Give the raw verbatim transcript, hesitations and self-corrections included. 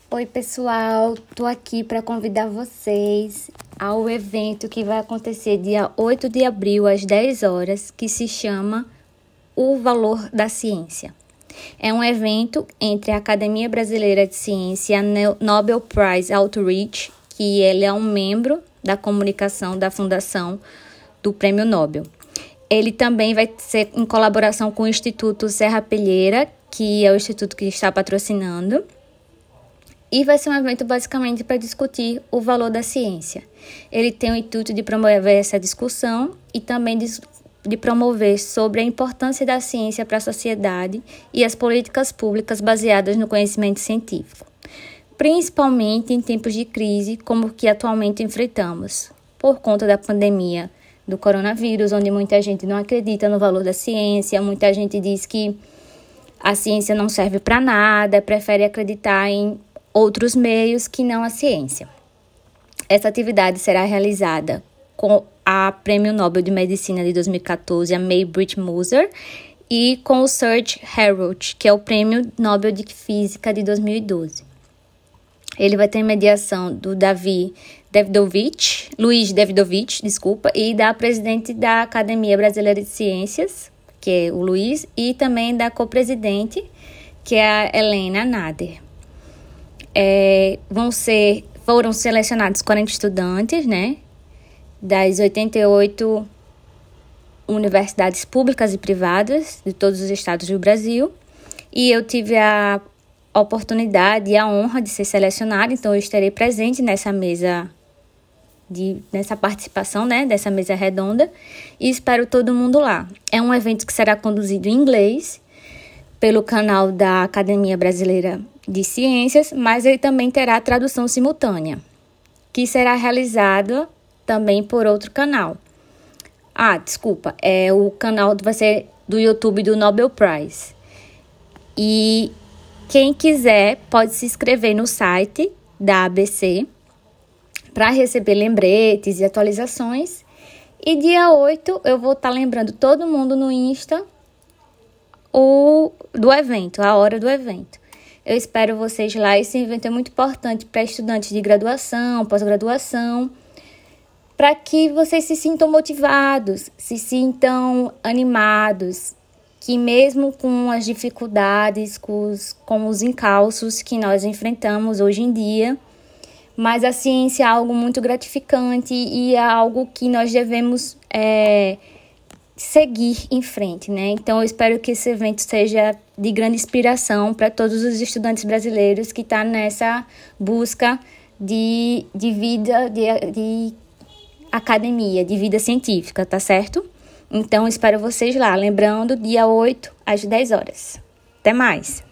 Oi, pessoal, tô aqui para convidar vocês ao evento que vai acontecer dia oito de abril às dez horas, que se chama O Valor da Ciência. É um evento entre a Academia Brasileira de Ciência e a Nobel Prize Outreach, que ele é um membro da comunicação da Fundação do Prêmio Nobel. Ele também vai ser em colaboração com o Instituto Serrapilheira, que é o instituto que está patrocinando. E vai ser um evento basicamente para discutir o valor da ciência. Ele tem o intuito de promover essa discussão e também de, de promover sobre a importância da ciência para a sociedade e as políticas públicas baseadas no conhecimento científico, principalmente em tempos de crise como o que atualmente enfrentamos, por conta da pandemia do coronavírus, onde muita gente não acredita no valor da ciência, muita gente diz que a ciência não serve para nada, prefere acreditar em outros meios que não a ciência. Essa atividade será realizada com a Prêmio Nobel de Medicina de dois mil e catorze, a May-Britt Moser, e com o Search Herald, que é o Prêmio Nobel de Física de dois mil e doze. Ele vai ter mediação do Davi Davidovich, Luiz Davidovich, desculpa, e da presidente da Academia Brasileira de Ciências, que é o Luiz, e também da co-presidente, que é a Helena Nader. É, vão ser, foram selecionados quarenta estudantes, né, das oitenta e oito universidades públicas e privadas de todos os estados do Brasil, e eu tive a oportunidade e a honra de ser selecionada, então eu estarei presente nessa mesa, de, nessa participação, né, dessa mesa redonda, e espero todo mundo lá. É um evento que será conduzido em inglês pelo canal da Academia Brasileira de Ciências, mas ele também terá tradução simultânea, que será realizada também por outro canal. Ah, desculpa, é o canal vai ser do YouTube do Nobel Prize. E quem quiser pode se inscrever no site da A B C para receber lembretes e atualizações. E dia oito eu vou estar lembrando todo mundo no Insta o, do evento, a hora do evento. Eu espero vocês lá. Esse evento é muito importante para estudantes de graduação, pós-graduação, para que vocês se sintam motivados, se sintam animados, que mesmo com as dificuldades, com os, com os encalços que nós enfrentamos hoje em dia, mas a ciência é algo muito gratificante e é algo que nós devemos é, seguir em frente, né? Então, eu espero que esse evento seja de grande inspiração para todos os estudantes brasileiros que estão nessa busca de, de vida, de, de academia, de vida científica, tá certo? Então, espero vocês lá. Lembrando, dia oito às dez horas. Até mais!